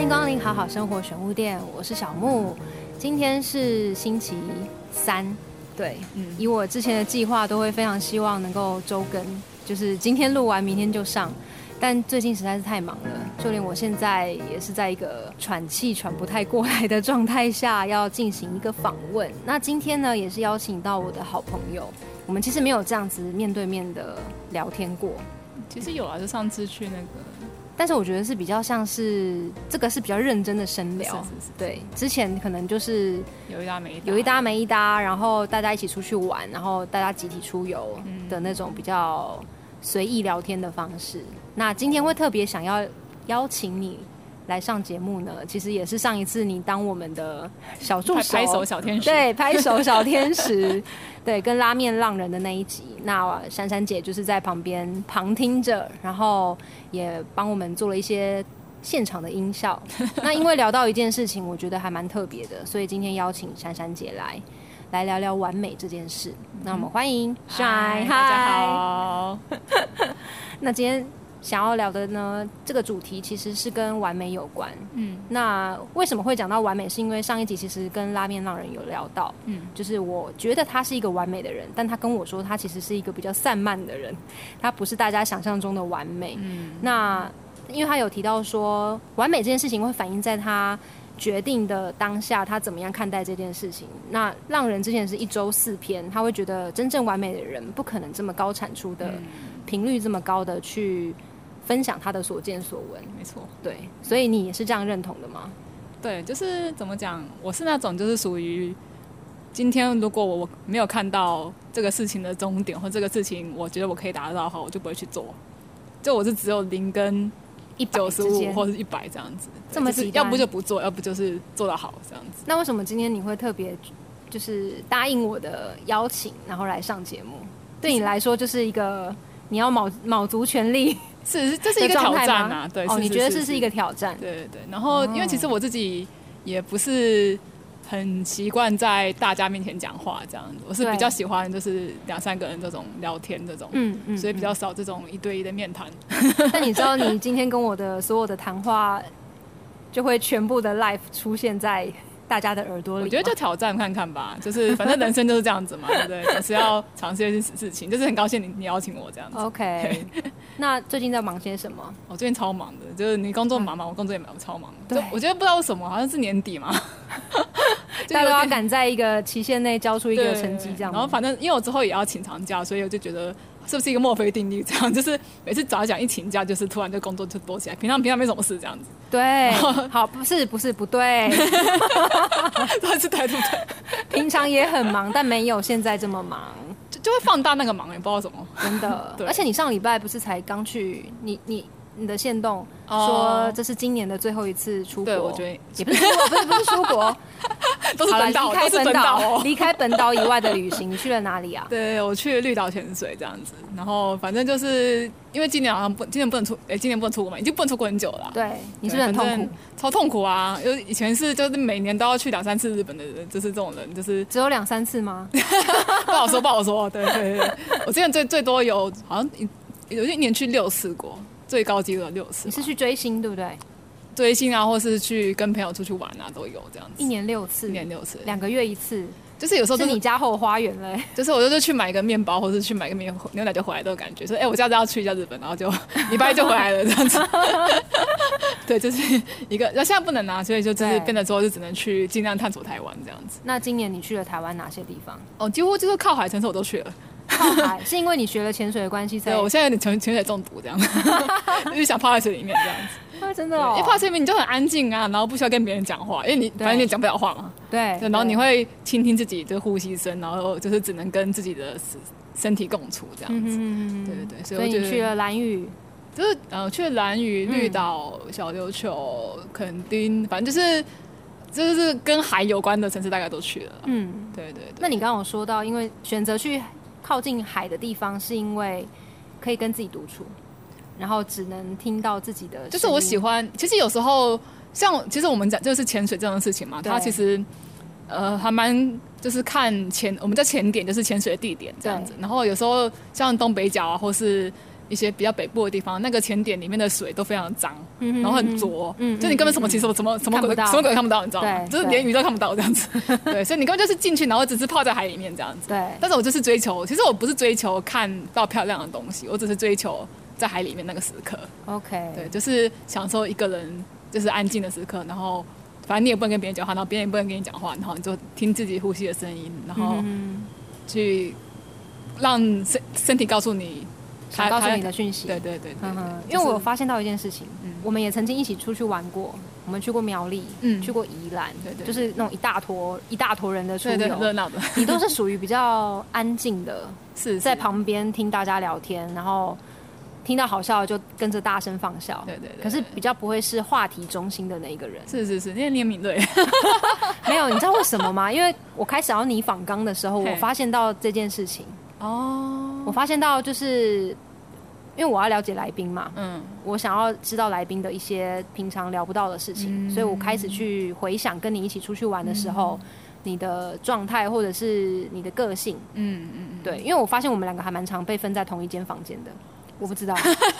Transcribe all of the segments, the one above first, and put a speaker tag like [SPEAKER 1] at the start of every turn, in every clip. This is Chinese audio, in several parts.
[SPEAKER 1] 迎光临好好生活选物店，我是小木。今天是星期三，对，以我之前的计划都会非常希望能够周更，就是今天录完明天就上，但最近实在是太忙了，就连我现在也是在一个喘气喘不太过来的状态下要进行一个访问。那今天呢也是邀请到我的好朋友，我们其实没有这样子面对面的聊天过。
[SPEAKER 2] 其实有啊，就上次去那个，
[SPEAKER 1] 但是我觉得是比较像是这个是比较认真的深聊，
[SPEAKER 2] 是
[SPEAKER 1] 对，之前可能就是
[SPEAKER 2] 有一搭没一搭，
[SPEAKER 1] 有一搭没一搭，然后大家一起出去玩，然后大家集体出游的那种比较随意聊天的方式。那今天会特别想要邀请你来上节目呢，其实也是上一次你当我们的小助手，
[SPEAKER 2] 拍手小天使，
[SPEAKER 1] 对，拍手小天使，对，跟拉面浪人的那一集，那珊珊姐就是在旁边旁听着，然后也帮我们做了一些现场的音效。那因为聊到一件事情，我觉得还蛮特别的，所以今天邀请珊珊姐来聊聊完美这件事。那我们欢迎
[SPEAKER 2] 嗨，大家好。
[SPEAKER 1] 那今天想要聊的呢，这个主题其实是跟完美有关。那为什么会讲到完美？是因为上一集其实跟拉面浪人有聊到，就是我觉得他是一个完美的人，但他跟我说他其实是一个比较散漫的人，他不是大家想象中的完美。那因为他有提到说，完美这件事情会反映在他决定的当下，他怎么样看待这件事情。那浪人之前是1周4篇，他会觉得真正完美的人不可能这么高产出的频率这么高的去分享他的所见所闻。
[SPEAKER 2] 没错，
[SPEAKER 1] 对，所以你也是这样认同的吗？
[SPEAKER 2] 对，就是怎么讲，我是那种就是属于今天如果我没有看到这个事情的终点，或这个事情我觉得我可以达到好，我就不会去做。就我是只有0跟95或是100这样子，
[SPEAKER 1] 这么极端，
[SPEAKER 2] 要不就不做，要不就是做到好这样子。
[SPEAKER 1] 那为什么今天你会特别就是答应我的邀请，然后来上节目？对你来说就是一个你要卯足全力，
[SPEAKER 2] 这是一个挑战啊。对，
[SPEAKER 1] 你觉得这是一个挑战？
[SPEAKER 2] 对对对。然后因为其实我自己也不是很习惯在大家面前讲话这样子，我是比较喜欢就是2、3个人这种聊天这种，所以比较少这种1对1的面谈。
[SPEAKER 1] 但你知道你今天跟我的所有的谈话就会全部的 live 出现在大家的耳朵里。
[SPEAKER 2] 我觉得就挑战看看吧，就是反正人生就是这样子嘛，对不对？总是要尝试一些事情，就是很高兴你邀请我这样子。
[SPEAKER 1] OK， 那最近在忙些什么？
[SPEAKER 2] 我最近超忙的，就是你工作忙吗？我工作也忙，超忙。对，我觉得不知道为什么，好像是年底嘛，
[SPEAKER 1] 大家都要赶在一个期限内交出一个成绩这样。
[SPEAKER 2] 然后反正因为我之后也要请长假，所以我就觉得是不是一个墨菲定律这样，就是每次早讲一请假，就是突然就工作就多起来，平常没什么事这样子。
[SPEAKER 1] 对，好，不是不对，
[SPEAKER 2] 是对不对？
[SPEAKER 1] 平常也很忙，但没有现在这么忙，
[SPEAKER 2] 就会放大那个忙，也不知道什么。
[SPEAKER 1] 真的，而且你上礼拜不是才刚去你的限动说这是今年的最后一次出国，
[SPEAKER 2] 对，我觉得
[SPEAKER 1] 也不是出国，不是出国，
[SPEAKER 2] 都是本岛，都是本岛，
[SPEAKER 1] 离开本岛以外的旅行，你去了哪里啊？
[SPEAKER 2] 对，我去绿岛潜水这样子，然后反正就是因为今年不能出国嘛，已经不能出国很久了啦。
[SPEAKER 1] 对，你是不是很痛苦？
[SPEAKER 2] 超痛苦啊！以前是就是每年都要去2、3次日本的人，就是这种人，就是
[SPEAKER 1] 只有2、3次吗？
[SPEAKER 2] 不好说。对，我之前最多有好像有一年去6次过。最高纪录6次。
[SPEAKER 1] 你是去追星对不对？
[SPEAKER 2] 追星啊，或是去跟朋友出去玩啊，都有这样子。
[SPEAKER 1] 1年6次，2个月1次，
[SPEAKER 2] 就是有时候
[SPEAKER 1] 是你家后花园嘞。
[SPEAKER 2] 就是我就去买一个面包，或是去买个牛奶就回来都有感觉，说我下次要去一下日本，然后就礼拜就回来了这样子。对，就是一个，那现在不能啊，所以就是变得之后就只能去尽量探索台湾这样子。
[SPEAKER 1] 那今年你去了台湾哪些地方？
[SPEAKER 2] 几乎就是靠海城市我都去了。
[SPEAKER 1] 靠海是因为你学了潜水的关系才？
[SPEAKER 2] 对，我现在有点潜水中毒这样子，就是想泡在水里面这样子。
[SPEAKER 1] 真的哦，
[SPEAKER 2] 因为泡在水里面你就很安静啊，然后不需要跟别人讲话，因为你反正你讲不了话嘛。
[SPEAKER 1] 对，
[SPEAKER 2] 然后你会倾听自己的呼吸声，然后就是只能跟自己的身体共处这样子。对，
[SPEAKER 1] 所以你去了兰屿，
[SPEAKER 2] 就是去了兰屿、绿岛、小琉球、垦丁，反正就是跟海有关的城市大概都去了。对。
[SPEAKER 1] 那你刚刚有说到，因为选择去靠近海的地方，是因为可以跟自己独处，然后只能听到自己的声音。
[SPEAKER 2] 就是我喜欢，其实有时候其实我们讲就是潜水这种事情嘛，它其实还蛮就是看我们在潜点就是潜水的地点这样子，然后有时候像东北角啊，或是一些比较北部的地方，那个浅点里面的水都非常脏，然后很浊，就你根本什么其实什么鬼看不到，你知道吗？就是连鱼都看不到这样子。对，所以你根本就是进去，然后只是泡在海里面这样子。
[SPEAKER 1] 对。
[SPEAKER 2] 但是我就是追求，其实我不是追求看到漂亮的东西，我只是追求在海里面那个时刻。
[SPEAKER 1] OK。
[SPEAKER 2] 对，就是享受一个人就是安静的时刻，然后反正你也不能跟别人讲话，然后别人也不能跟你讲话，然后你就听自己呼吸的声音，然后去让身体告诉你。
[SPEAKER 1] 想告诉你的讯息，
[SPEAKER 2] 对，
[SPEAKER 1] 因为我有发现到一件事情，我们也曾经一起出去玩过，我们去过苗栗，去过宜兰，对，就是那种一大坨人的出游，
[SPEAKER 2] 对，热闹的。
[SPEAKER 1] 你都是属于比较安静的，
[SPEAKER 2] 是
[SPEAKER 1] 在旁边听大家聊天，然后听到好笑就跟着大声放笑，
[SPEAKER 2] 对。
[SPEAKER 1] 可是比较不会是话题中心的那一个人，
[SPEAKER 2] 是，因为你也敏锐。
[SPEAKER 1] 没有，你知道为什么吗？因为我开始要拟访纲的时候，我发现到这件事情。我发现到就是因为我要了解来宾嘛，我想要知道来宾的一些平常聊不到的事情，所以我开始去回想跟你一起出去玩的时候，你的状态或者是你的个性，对，因为我发现我们两个还蛮常被分在同一间房间的，我不知道，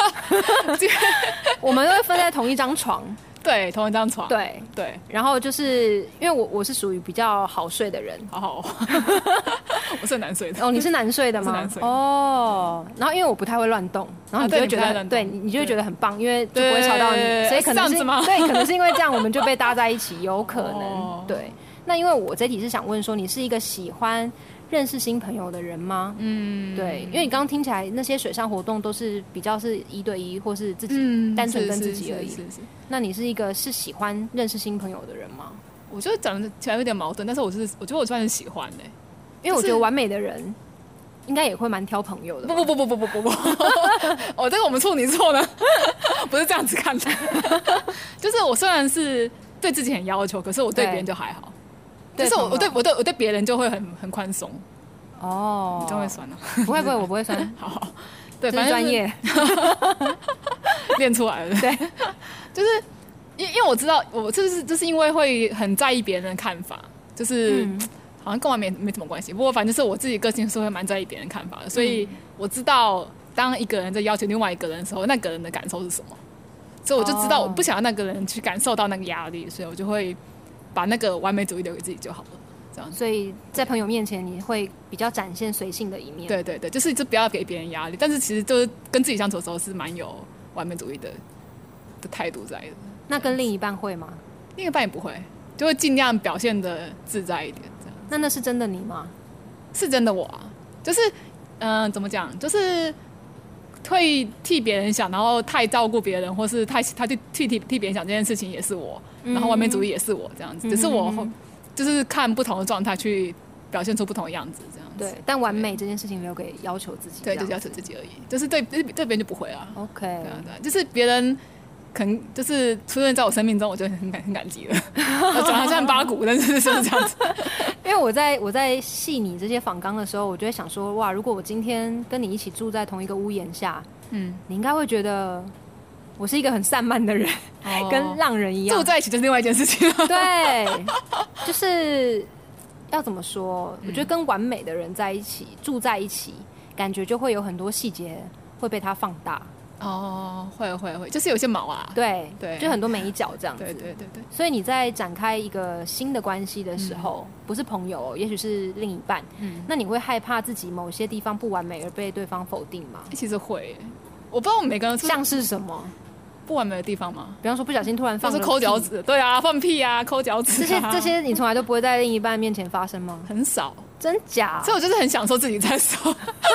[SPEAKER 1] 我们都会分在同一张床。
[SPEAKER 2] 对，同一张床。对，
[SPEAKER 1] 然后就是因为我是属于比较好睡的人，
[SPEAKER 2] 好，我是难睡的。
[SPEAKER 1] 哦，你是难睡的吗？
[SPEAKER 2] 是难睡。
[SPEAKER 1] 哦，然后因为我不太会乱动，然后你就会觉得对，你就会觉得很棒，因为就不会吵到你，所以可能是对，可能是因为这样我们就被搭在一起，有可能。对，那因为我这题是想问说，你是一个喜欢认识新朋友的人吗？对，因为你刚刚听起来那些水上活动都是比较是1对1或是自己单纯跟自己而已。是。那你是一个是喜欢认识新朋友的人吗？
[SPEAKER 2] 我觉得讲起来有点矛盾，但是我觉得我算是喜欢的，
[SPEAKER 1] 因为我觉得完美的人应该也会蛮挑朋友的。
[SPEAKER 2] 不，哦，这个我们处女座呢，不是这样子看的。就是我虽然是对自己很要求，可是我对别人就还好。就是我对别人就会很宽松。哦，你真会酸啊？
[SPEAKER 1] 不会，我不会酸。
[SPEAKER 2] 好，对，
[SPEAKER 1] 反正专业
[SPEAKER 2] 练出来了。对，就是因为我知道我就是因为会很在意别人的看法，就是好像跟我没什么关系。不过反正就是我自己个性是会蛮在意别人看法的，所以我知道当一个人在要求另外一个人的时候，那个人的感受是什么，所以我就知道我不想要那个人去感受到那个压力，所以我就会把那个完美主义留给自己就好了。
[SPEAKER 1] 所以在朋友面前你会比较展现随性的一面。
[SPEAKER 2] 对，就是不要给别人压力，但是其实就是跟自己相处的时候是蛮有完美主义的态度在的。
[SPEAKER 1] 那跟另一半会吗？
[SPEAKER 2] 另一半也不会，就会尽量表现的自在一点这样。
[SPEAKER 1] 那是真的你吗？
[SPEAKER 2] 是真的我啊，就是怎么讲，就是会替别人想，然后太照顾别人，或是他替别人想这件事情也是我，然后完美主义也是我这样子，只是我就是看不同的状态去表现出不同的样子这样子。
[SPEAKER 1] 对，但完美这件事情留给要求自己。
[SPEAKER 2] 对，就是要求自己而已，就是对别人就不会啊。
[SPEAKER 1] OK。
[SPEAKER 2] 对，就是别人可能就是出现在我生命中，我就很感激了。讲他像八股，但是不是这样子？
[SPEAKER 1] 因为我在细你这些访纲的时候，我就会想说，哇，如果我今天跟你一起住在同一个屋檐下，你应该会觉得我是一个很散漫的人，跟浪人一样。住
[SPEAKER 2] 在一起就是另外一件事情。
[SPEAKER 1] 对，就是要怎么说？我觉得跟完美的人在一起，住在一起，感觉就会有很多细节会被他放大。
[SPEAKER 2] 哦，会，就是有些毛啊。
[SPEAKER 1] 对，就很多美角这样子。
[SPEAKER 2] 对。
[SPEAKER 1] 所以你在展开一个新的关系的时候，不是朋友，也许是另一半，那你会害怕自己某些地方不完美而被对方否定吗？
[SPEAKER 2] 其实会，我不知道我们每个人
[SPEAKER 1] 像是什么
[SPEAKER 2] 不完美的地方吗？
[SPEAKER 1] 比方说不小心突然放
[SPEAKER 2] 是抠脚趾，对啊，放屁啊，抠脚趾，
[SPEAKER 1] 这些你从来都不会在另一半面前发生吗？
[SPEAKER 2] 很少，
[SPEAKER 1] 真假？
[SPEAKER 2] 所以我就是很享受自己在说。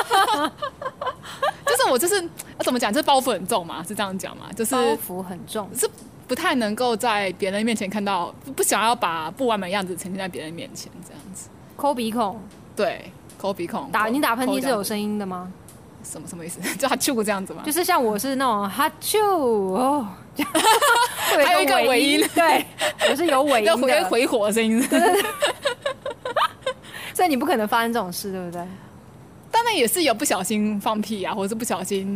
[SPEAKER 2] 就是我就是要怎么讲，就是包袱很重嘛，是这样讲嘛？就是
[SPEAKER 1] 包袱很重，
[SPEAKER 2] 是不太能够在别人面前看到，不想要把不完美的样子呈现在别人面前，这样子。
[SPEAKER 1] 抠鼻孔，
[SPEAKER 2] 对，抠鼻孔。
[SPEAKER 1] 你打喷嚏是有声音的吗？
[SPEAKER 2] 什么意思？就哈啾这样子吗？
[SPEAKER 1] 就是像我是那种哈啾哦，
[SPEAKER 2] 还有一个尾音，
[SPEAKER 1] 对，我是有尾音的，
[SPEAKER 2] 回火的声音。
[SPEAKER 1] 对。所以你不可能发生这种事，对不对？
[SPEAKER 2] 当然也是有不小心放屁啊，或者是不小心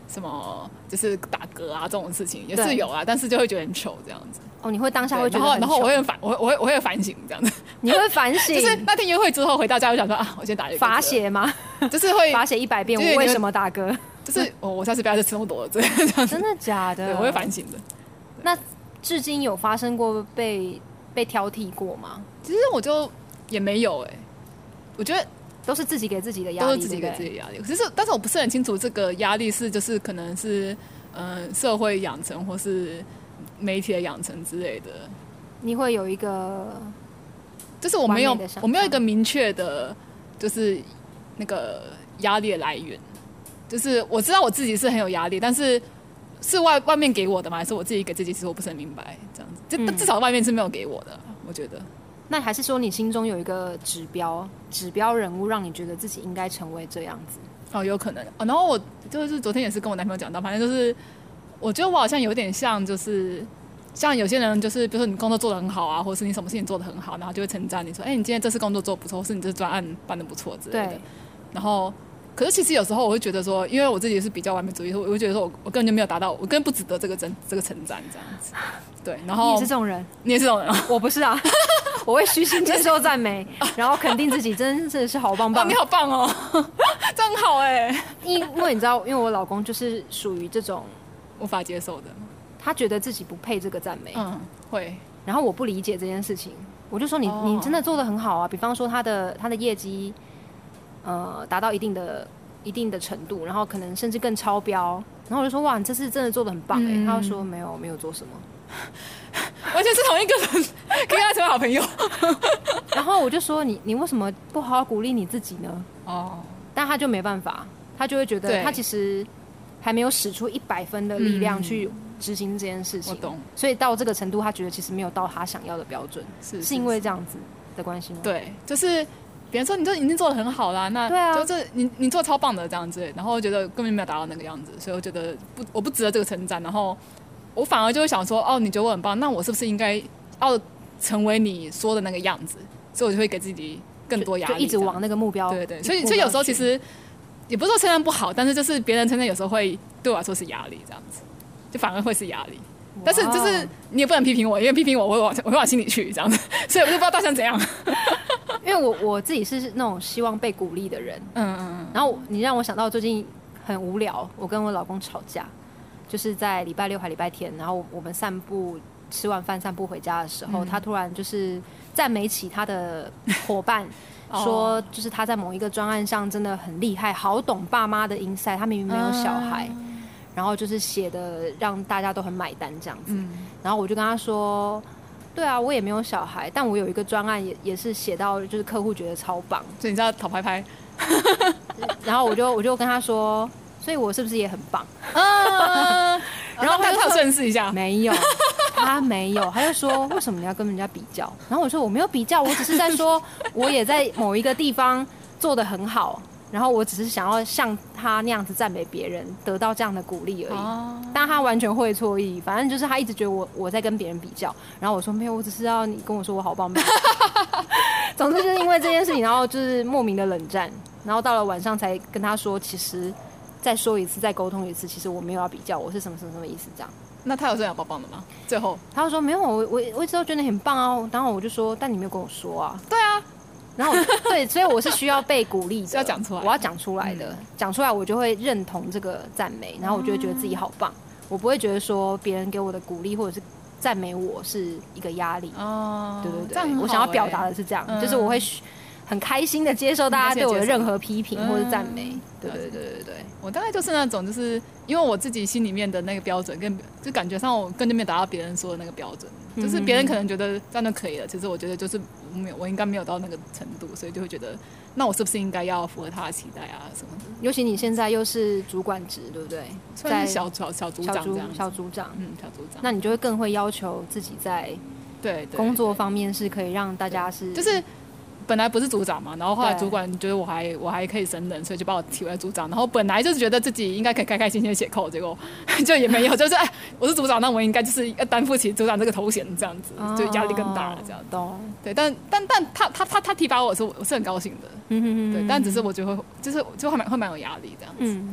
[SPEAKER 2] 什么就是打嗝啊这种事情也是有啊，但是就会觉得很糗这样子。
[SPEAKER 1] 哦，你会当下会觉得很糗，
[SPEAKER 2] 然后我会反省这样子。
[SPEAKER 1] 你会反省？
[SPEAKER 2] 就是那天约会之后回到家就想说啊，我先打一个
[SPEAKER 1] 罚写吗？
[SPEAKER 2] 就是会
[SPEAKER 1] 罚写100遍，我为什么打嗝？
[SPEAKER 2] 就是我下次不要再吃那么多了，这样
[SPEAKER 1] 真的假的？
[SPEAKER 2] 对，我会反省的。
[SPEAKER 1] 那至今有发生过被挑剔过吗？
[SPEAKER 2] 其实我就也没有我觉得
[SPEAKER 1] 都是自己给自己的压力，
[SPEAKER 2] 都是自己给自己的压力。但是我不是很清楚这个压力是就是可能是社会养成或是媒体的养成之类的。
[SPEAKER 1] 你会有一个，
[SPEAKER 2] 就是我没有一个明确的，就是那个压力的来源。就是我知道我自己是很有压力，但是是外面给我的吗？还是我自己给自己？其实我不是很明白，这样子。至少外面是没有给我的，我觉得。
[SPEAKER 1] 那还是说你心中有一个指标人物，让你觉得自己应该成为这样子？
[SPEAKER 2] 哦，有可能。然后我就是昨天也是跟我男朋友讲到，反正就是我觉得我好像有点像，就是像有些人就是比如说你工作做得很好啊，或者是你什么事情做得很好，然后就会称赞你说，你今天这次工作做得不错，或是你这专案办得不错之类的。然后可是其实有时候我会觉得说，因为我自己是比较完美主义，我会觉得说我根本就没有达到，我根本不值得这个称赞这样子。对，然后
[SPEAKER 1] 你也是这种人，
[SPEAKER 2] 你也是这种人，
[SPEAKER 1] 我不是啊，我会虚心接受赞美，然后肯定自己真的是好棒棒。
[SPEAKER 2] 你好棒哦，这很好
[SPEAKER 1] 因为你知道，因为我老公就是属于这种
[SPEAKER 2] 无法接受的，
[SPEAKER 1] 他觉得自己不配这个赞美，
[SPEAKER 2] 会。
[SPEAKER 1] 然后我不理解这件事情，我就说你真的做得很好啊，比方说他的业绩达到一定的程度，然后可能甚至更超标，然后我就说哇，你这次真的做得很棒他就说没有做什么，
[SPEAKER 2] 完全是同一个人，可以跟他成为好朋友。
[SPEAKER 1] 然后我就说你为什么不好好鼓励你自己呢？但他就没办法，他就会觉得他其实还没有使出100分的力量去执行这件事情。我懂，所以到这个程度，他觉得其实没有到他想要的标准，是因为这样子的关系吗？
[SPEAKER 2] 对，就是别人说你这已经做得很好啦，那就是你做得超棒的这样子，然后我觉得根本没有达到那个样子，所以我觉得我不值得这个称赞，然后我反而就会想说，你觉得我很棒，那我是不是应该要成为你说的那个样子？所以我就会给自己更多压力，
[SPEAKER 1] 就一直往那个目标。
[SPEAKER 2] 对，所以有时候其实也不是说称赞不好，但是就是别人称赞有时候会对我来说是压力，这样子就反而会是压力。但是就是你也不能批评我，因为批评我会往心里去这样子，所以我就不知道大象怎样。
[SPEAKER 1] 因为我自己是那种希望被鼓励的人，然后你让我想到最近很无聊，我跟我老公吵架，就是在礼拜6还礼拜天，然后我们散步，吃完饭散步回家的时候，他突然就是赞美起他的伙伴，说就是他在某一个专案上真的很厉害，好懂爸妈的 insight， 他明明没有小孩。然后就是写的让大家都很买单这样子，然后我就跟他说，对啊，我也没有小孩，但我有一个专案也是写到就是客户觉得超棒，
[SPEAKER 2] 所以你知道讨拍拍，
[SPEAKER 1] 然后我就跟他说，所以我是不是也很棒？
[SPEAKER 2] 然后他有顺势一下，
[SPEAKER 1] 没有，他没有，他就说为什么你要跟人家比较？然后我说我没有比较，我只是在说我也在某一个地方做得很好。然后我只是想要像他那样子赞美别人，得到这样的鼓励而已。但他完全会错意，反正就是他一直觉得我在跟别人比较。然后我说没有，我只是要你跟我说我好棒棒。总之就是因为这件事情，然后就是莫名的冷战。然后到了晚上才跟他说，其实再说一次，再沟通一次，其实我没有要比较，我是什么什么什么意思这样。
[SPEAKER 2] 那他有说要棒棒的吗？最后
[SPEAKER 1] 他就说没有，我一直都觉得你很棒啊。然后我就说，但你没有跟我说啊。
[SPEAKER 2] 对啊。
[SPEAKER 1] 然后对，所以我是需要被鼓励的，
[SPEAKER 2] 是要讲出来，
[SPEAKER 1] 我要讲出来的，讲出来我就会认同这个赞美，然后我就会觉得自己好棒，我不会觉得说别人给我的鼓励或者是赞美我是一个压力。对，我想要表达的是这样，就是我会很开心的接受大家对我的任何批评或者赞美。对，
[SPEAKER 2] 我大概就是那种，就是因为我自己心里面的那个标准就感觉上我根本就没有达到别人说的那个标准，就是别人可能觉得这样就可以了，其实我觉得就是我应该没有到那个程度，所以就会觉得那我是不是应该要符合他的期待啊什么的。
[SPEAKER 1] 尤其你现在又是主管职，对不对？
[SPEAKER 2] 算是小组长这样。
[SPEAKER 1] 小组长，
[SPEAKER 2] 小组长。
[SPEAKER 1] 那你就会更会要求自己在工作方面是可以让大家是
[SPEAKER 2] 就是本来不是组长嘛，然后后来主管觉得我还可以胜任，所以就把我提为组长。然后本来就是觉得自己应该可以开开心心的写扣，结果就也没有，就是我是组长，那我应该就是要担负起组长这个头衔，这样子就压力更大了，这样。对，但他提拔我是很高兴的，对，但只是我觉得就会蛮有压力这样子。对，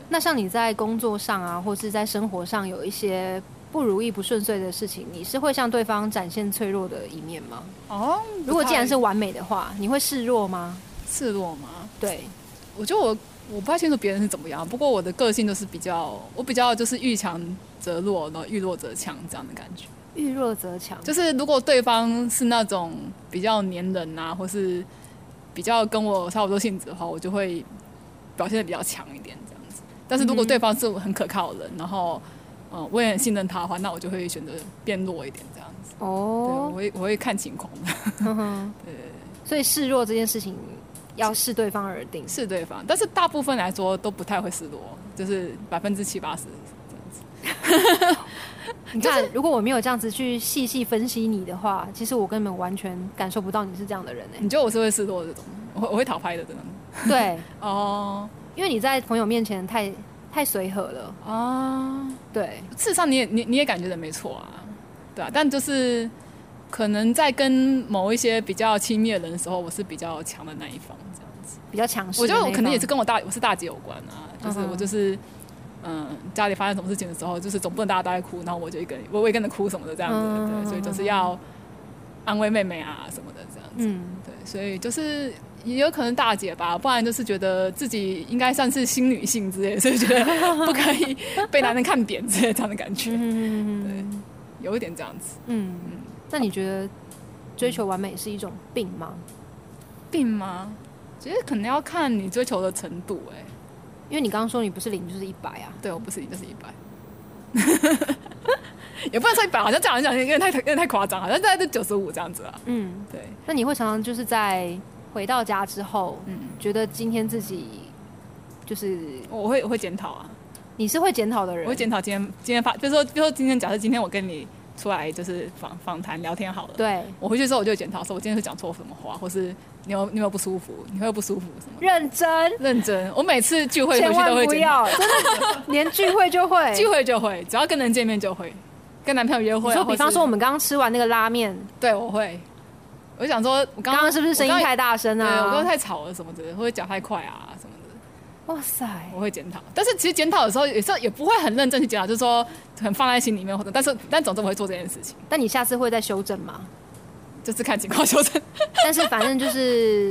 [SPEAKER 1] 那像你在工作上啊，或是在生活上有一些不如意不顺遂的事情，你是会向对方展现脆弱的一面吗？
[SPEAKER 2] 如
[SPEAKER 1] 果既然是完美的话，你会示弱吗？
[SPEAKER 2] 示弱吗？
[SPEAKER 1] 对，
[SPEAKER 2] 我觉得我不太清楚别人是怎么样，不过我的个性就是比较就是遇强则弱，然后遇弱则强这样的感觉。
[SPEAKER 1] 遇弱则强，
[SPEAKER 2] 就是如果对方是那种比较黏人啊，或是比较跟我差不多性质的话，我就会表现得比较强一点这样子。但是如果对方是很可靠的人，然后我也很信任他的话，那我就会选择变弱一点这样子。对，我会看情况的。对，
[SPEAKER 1] 所以示弱这件事情要视对方而定，
[SPEAKER 2] 视对方，但是大部分来说都不太会示弱，就是70%-80%这样子。
[SPEAKER 1] 你看，如果我没有这样子去细细分析你的话，其实我根本完全感受不到你是这样的人。
[SPEAKER 2] 你觉得我是会示弱的这种？我会讨拍的这种。
[SPEAKER 1] 对因为你在朋友面前太随和了对，
[SPEAKER 2] 事实上你也感觉的没错啊，对啊，但就是可能在跟某一些比较亲密的人的时候，我是比较强的那一方，这样子
[SPEAKER 1] 比较强势。
[SPEAKER 2] 我觉得我可能也是跟我是大姐有关啊，就是我就是家里发生什么事情的时候，就是总不能大家都在哭，然后我也跟着哭什么的这样子，对，所以就是要安慰妹妹啊什么的这样子，对，所以就是也有可能大姐吧，不然就是觉得自己应该算是新女性之类的，所以觉得不可以被男人看扁之类的这样的感觉，对，有一点这样子。
[SPEAKER 1] 那你觉得追求完美是一种病吗？
[SPEAKER 2] 病吗？觉得可能要看你追求的程度
[SPEAKER 1] 因为你刚刚说你不是0就是100啊。
[SPEAKER 2] 对，我不是0就是100。也不能说100，好像这样讲有点太夸张，好像大概是95这样子啊。对。
[SPEAKER 1] 那你会常常就是在回到家之后，觉得今天自己就是
[SPEAKER 2] 我会检讨啊。
[SPEAKER 1] 你是会检讨的人？
[SPEAKER 2] 我会检讨今天比如说今天假设今天我跟你出来就是访谈聊天好了，
[SPEAKER 1] 对，
[SPEAKER 2] 我回去之后我就会检讨，说我今天是讲错什么话，或是你有没有不舒服，你会不舒服什么？
[SPEAKER 1] 认真，
[SPEAKER 2] 我每次聚会回去都会检讨，
[SPEAKER 1] 真的，连聚会就会，
[SPEAKER 2] 只要跟人见面就会，跟男朋友约会。
[SPEAKER 1] 你说，比方说我们刚刚吃完那个拉面，
[SPEAKER 2] 对，我会，我就想说，我刚
[SPEAKER 1] 刚是不是声音太大声啊？
[SPEAKER 2] 对，我刚刚太吵了什么的，或者脚太快啊什么的。
[SPEAKER 1] 哇塞，
[SPEAKER 2] 我会检讨，但是其实检讨的时候，有时候也不会很认真去检讨，就是说很放在心里面，或者但总之我会做这件事情。
[SPEAKER 1] 但你下次会再修正吗？
[SPEAKER 2] 就是看情况修正。
[SPEAKER 1] 但是反正就是，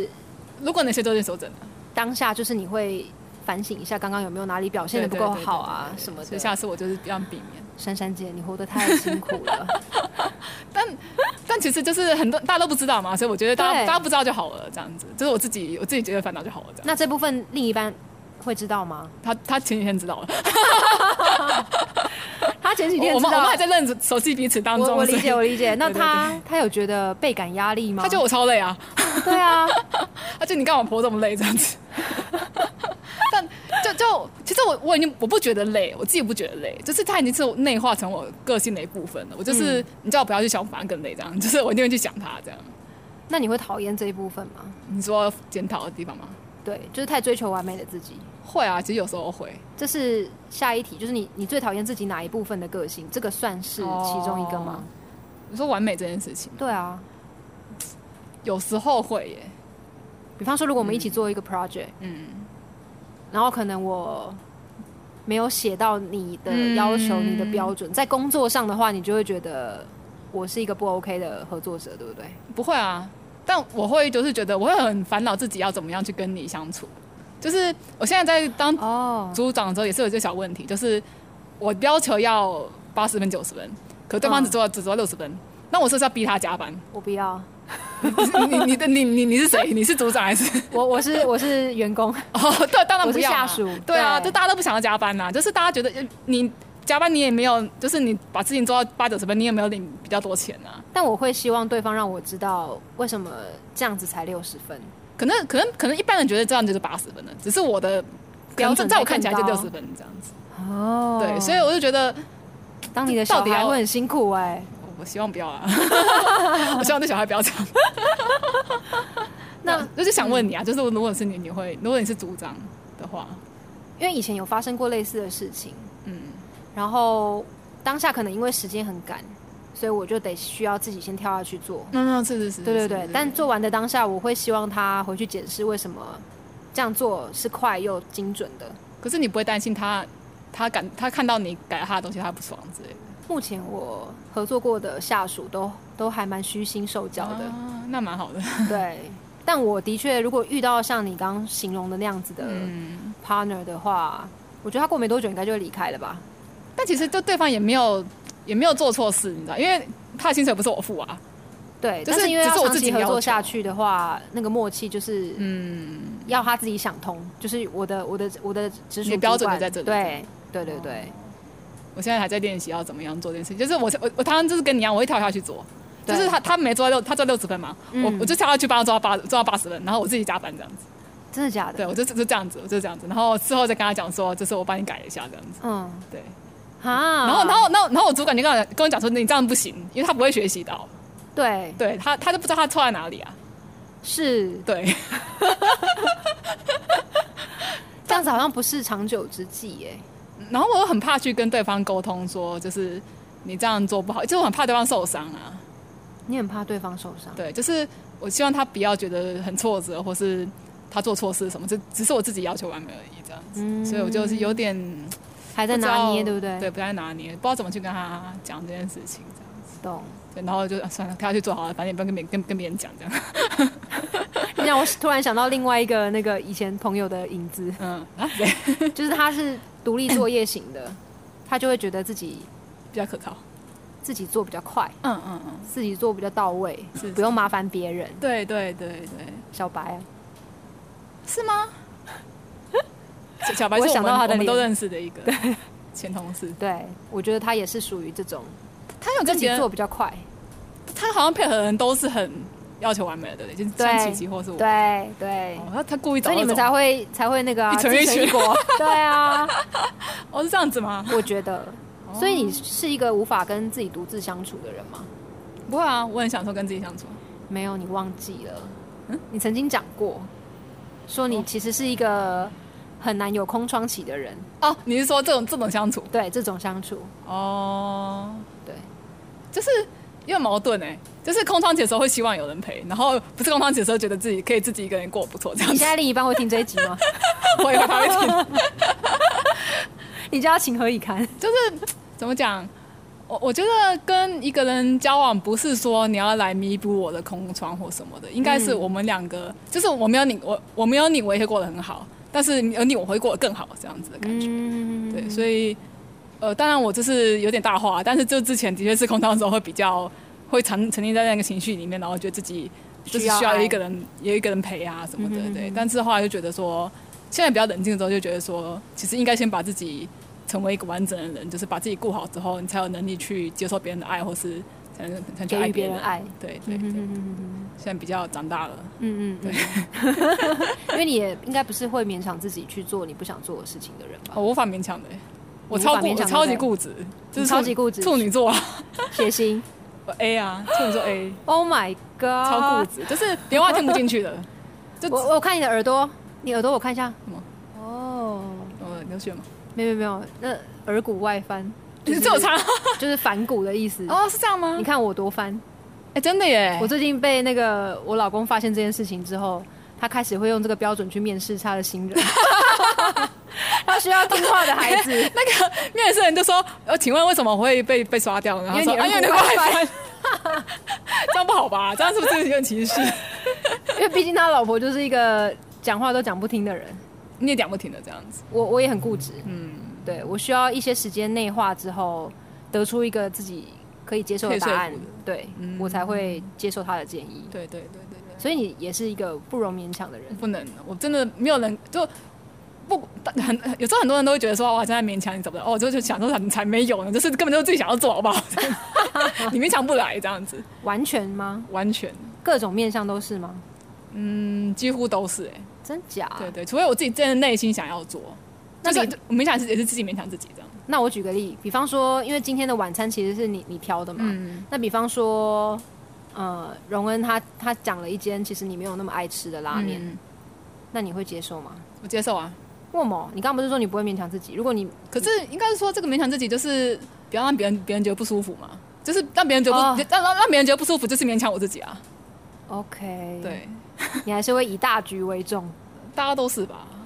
[SPEAKER 2] 如果能修正就修正了。
[SPEAKER 1] 当下就是你会反省一下，刚刚有没有哪里表现得不够好啊什么的。
[SPEAKER 2] 所以下次我就是要避免。
[SPEAKER 1] 珊珊姐，你活得太辛苦了。
[SPEAKER 2] 但其实就是很多大家都不知道嘛，所以我觉得大家不知道就好了，这样子，就是我自己觉得烦恼就好了。这样。
[SPEAKER 1] 那这部分另一半会知道吗？
[SPEAKER 2] 他前几天知道了。
[SPEAKER 1] 他前几天知道，
[SPEAKER 2] 我们还在熟悉彼此当中。
[SPEAKER 1] 我理解。那他有觉觉倍感压力吗？
[SPEAKER 2] 他觉得我超累啊。
[SPEAKER 1] 对啊，
[SPEAKER 2] 他觉得你干嘛婆这么累这样子。但其实我不觉得累，我自己不觉得累，就是他已经是内化成我个性的一部分了。我就是你叫我不要去想，反而更累这样，就是我一定会去想他这样。
[SPEAKER 1] 那你会讨厌这一部分吗？
[SPEAKER 2] 你说检讨的地方吗？
[SPEAKER 1] 对，就是太追求完美的自己。
[SPEAKER 2] 会啊，其实有时候会。这
[SPEAKER 1] 是下一题，就是你最讨厌自己哪一部分的个性？这个算是其中一个吗？
[SPEAKER 2] 你说完美这件事情？
[SPEAKER 1] 对啊，
[SPEAKER 2] 有时候会耶。
[SPEAKER 1] 比方说，如果我们一起做一个 project，然后可能我没有写到你的要求、你的标准，在工作上的话，你就会觉得我是一个不 OK 的合作者，对不对？
[SPEAKER 2] 不会啊，但我会就是觉得我会很烦恼自己要怎么样去跟你相处。就是我现在在当组长的时候也是有这小问题，就是我要求要80分90分，可对方只做到60分，那我是不是要逼他加班？
[SPEAKER 1] 我不要。
[SPEAKER 2] 你是谁？你是组长还是？
[SPEAKER 1] 我是员工。
[SPEAKER 2] 对，当然不要。
[SPEAKER 1] 我是下属。
[SPEAKER 2] 对啊，就大家都不想要加班呐，就是大家觉得你加班你也没有，就是你把事情做到80-90分，你也没有领比较多钱啊。
[SPEAKER 1] 但我会希望对方让我知道为什么这样子才60分。
[SPEAKER 2] 可能一般人觉得这样就是80分了，只是我的标准在我看起来就60分这样子。对，所以我就觉得，
[SPEAKER 1] 当你的小孩会很辛苦
[SPEAKER 2] 我希望不要啊。我希望对小孩不要这样。那就是想问你啊，就是如果是你会，如果你是组长的话，
[SPEAKER 1] 因为以前有发生过类似的事情，然后当下可能因为时间很赶，所以我就需要自己先跳下去做。
[SPEAKER 2] 是。
[SPEAKER 1] 对。但做完的当下，我会希望他回去检视为什么这样做是快又精准的。
[SPEAKER 2] 可是你不会担心他看到你改了他的东西他不爽之类的？
[SPEAKER 1] 目前我合作过的下属都还蛮虚心受教的，
[SPEAKER 2] 那蛮好的。
[SPEAKER 1] 对，但我的确如果遇到像你刚刚形容的那样子的 partner 的话，我觉得他过没多久应该就会离开了吧。
[SPEAKER 2] 但其实对方也没有做错事，你知道，因为他的薪水不是我付啊。
[SPEAKER 1] 对，但是因为要长期合作下去的话，那个默契就是要他自己想通，就是我的直属
[SPEAKER 2] 标准就在这里。
[SPEAKER 1] 对。
[SPEAKER 2] 我现在还在练习要怎么样做这件事情，就是我常常就是跟你一样，我会跳下去做，就是他没做到他做60分嘛，我就跳下去帮他做到80分，然后我自己加班这样子。
[SPEAKER 1] 真的假的？
[SPEAKER 2] 对，我就这样子，然后事后再跟他讲说，就是我帮你改一下这样子。对。然后我主管就跟我讲说，你这样不行，因为他不会学习到。对，他就不知道他错在哪里啊。
[SPEAKER 1] 是，
[SPEAKER 2] 对。
[SPEAKER 1] 这样子好像不是长久之计耶。
[SPEAKER 2] 然后我又很怕去跟对方沟通说，就是你这样做不好，就是我很怕对方受伤啊。
[SPEAKER 1] 你很怕对方受伤？
[SPEAKER 2] 对，就是我希望他不要觉得很挫折，或是他做错事什么，只是我自己要求完美而已这样子。所以我就是有点
[SPEAKER 1] 还在拿捏，对不对？
[SPEAKER 2] 对，不在拿捏，不知道怎么去跟他讲这件事情这样子。
[SPEAKER 1] 懂。
[SPEAKER 2] 对，然后就算了，他去做好了，反正也不要跟别人讲这样。
[SPEAKER 1] 你让我突然想到另外一个那个以前朋友的影子，
[SPEAKER 2] 对，
[SPEAKER 1] 就是他是独立作业型的，他就会觉得自己
[SPEAKER 2] 比较可靠，
[SPEAKER 1] 自己做比较快，自己做比较到位，不用麻烦别人。
[SPEAKER 2] 对，
[SPEAKER 1] 小白啊，
[SPEAKER 2] 是吗？小白是我们都认识的一个前同事。
[SPEAKER 1] 对，我觉得他也是属于这种，
[SPEAKER 2] 他有跟
[SPEAKER 1] 自己做比较快，
[SPEAKER 2] 他好像配合的人都是很要求完美的，对不对？就是像琪琪或是我，
[SPEAKER 1] 对。
[SPEAKER 2] 他故意找，
[SPEAKER 1] 所以你们才会那个
[SPEAKER 2] 一成一
[SPEAKER 1] 果，对啊。
[SPEAKER 2] 是这样子吗？
[SPEAKER 1] 我觉得，所以你是一个无法跟自己独自相处的人吗？
[SPEAKER 2] 不会啊，我很享受跟自己相处。
[SPEAKER 1] 没有，你忘记了，你曾经讲过，说你其实是一个很难有空窗期的人。
[SPEAKER 2] 你是说这种相处？
[SPEAKER 1] 对，这种相处。对，
[SPEAKER 2] 就是有点矛盾就是空窗期的时候会希望有人陪，然后不是空窗期的时候觉得自己可以自己一个人过不错这样子。
[SPEAKER 1] 你现在另一半会听这一集吗？
[SPEAKER 2] 我以为他会听。
[SPEAKER 1] 你就要情何以堪？
[SPEAKER 2] 就是怎么讲？我觉得跟一个人交往不是说你要来弥补我的空窗或什么的，应该是我们两个，就是我没有你，我没有你，我也会过得很好，但是有你我会过得更好，这样子的感觉。对，所以当然我就是有点大话，但是就之前的确是空窗的时候会比较会沉浸在那个情绪里面，然后觉得自己就是需要有一个人陪啊什么的。对，但是后来就觉得说，现在比较冷静之后就觉得说，其实应该先把自己成为一个完整的人，就是把自己顾好之后，你才有能力去接受别人的爱，或是才能去爱别人。爱，对。现在比较长大了，对。
[SPEAKER 1] 因为你也应该不是会勉强自己去做你不想做的事情的人吧？
[SPEAKER 2] 我无法勉强的，我超级固执，就是
[SPEAKER 1] 超级固执，
[SPEAKER 2] 处女座啊，
[SPEAKER 1] 血型
[SPEAKER 2] A 啊，处女座 A。
[SPEAKER 1] Oh my god，
[SPEAKER 2] 超固执，就是连话听不进去的。
[SPEAKER 1] 我看你的耳朵，你耳朵我看一下。
[SPEAKER 2] 什么？流血吗？
[SPEAKER 1] 没有，那耳骨外翻，
[SPEAKER 2] 就是这么差，
[SPEAKER 1] 就是反骨的意思。
[SPEAKER 2] 是这样吗？
[SPEAKER 1] 你看我多翻，
[SPEAKER 2] 真的耶！
[SPEAKER 1] 我最近被那个我老公发现这件事情之后，他开始会用这个标准去面试他的新人。他需要听话的孩子。
[SPEAKER 2] 那个面试人就说：“请问为什么会被刷掉呢？”
[SPEAKER 1] 因为你
[SPEAKER 2] 外翻。这样不好吧？这样是不是有点歧视？
[SPEAKER 1] 因为毕竟他老婆就是一个讲话都讲不听的人。
[SPEAKER 2] 你也讲不听的这样子。
[SPEAKER 1] 我也很固执。对，我需要一些时间内化之后，得出一个自己可以接受的答案，对，我才会接受他的建议。
[SPEAKER 2] 对。
[SPEAKER 1] 所以你也是一个不容勉强的人。
[SPEAKER 2] 不能，我真的没有人就有时候很多人都会觉得说，我好像在勉强你，找不到。我就想说你才没有呢，就是根本就是自己想要做，好不好？你勉强不来这样子。
[SPEAKER 1] 完全吗？
[SPEAKER 2] 完全，
[SPEAKER 1] 各种面向都是吗？
[SPEAKER 2] 几乎都是。
[SPEAKER 1] 真假？
[SPEAKER 2] 对，除非我自己真的内心想要做，那就我勉强也是自己勉强自己这样。
[SPEAKER 1] 那我举个例，比方说，因为今天的晚餐其实是你挑的嘛，那比方说，荣恩他讲了一间其实你没有那么爱吃的拉面，那你会接受吗？
[SPEAKER 2] 我接受啊。
[SPEAKER 1] 为什么？你刚刚不是说你不会勉强自己？如果你
[SPEAKER 2] 可是应该是说这个勉强自己就是不要让别人觉得不舒服嘛，就是让别人觉得让别人觉得不舒服，就是勉强我自己啊。
[SPEAKER 1] OK，
[SPEAKER 2] 对。
[SPEAKER 1] 你还是会以大局为重，
[SPEAKER 2] 大家都是吧？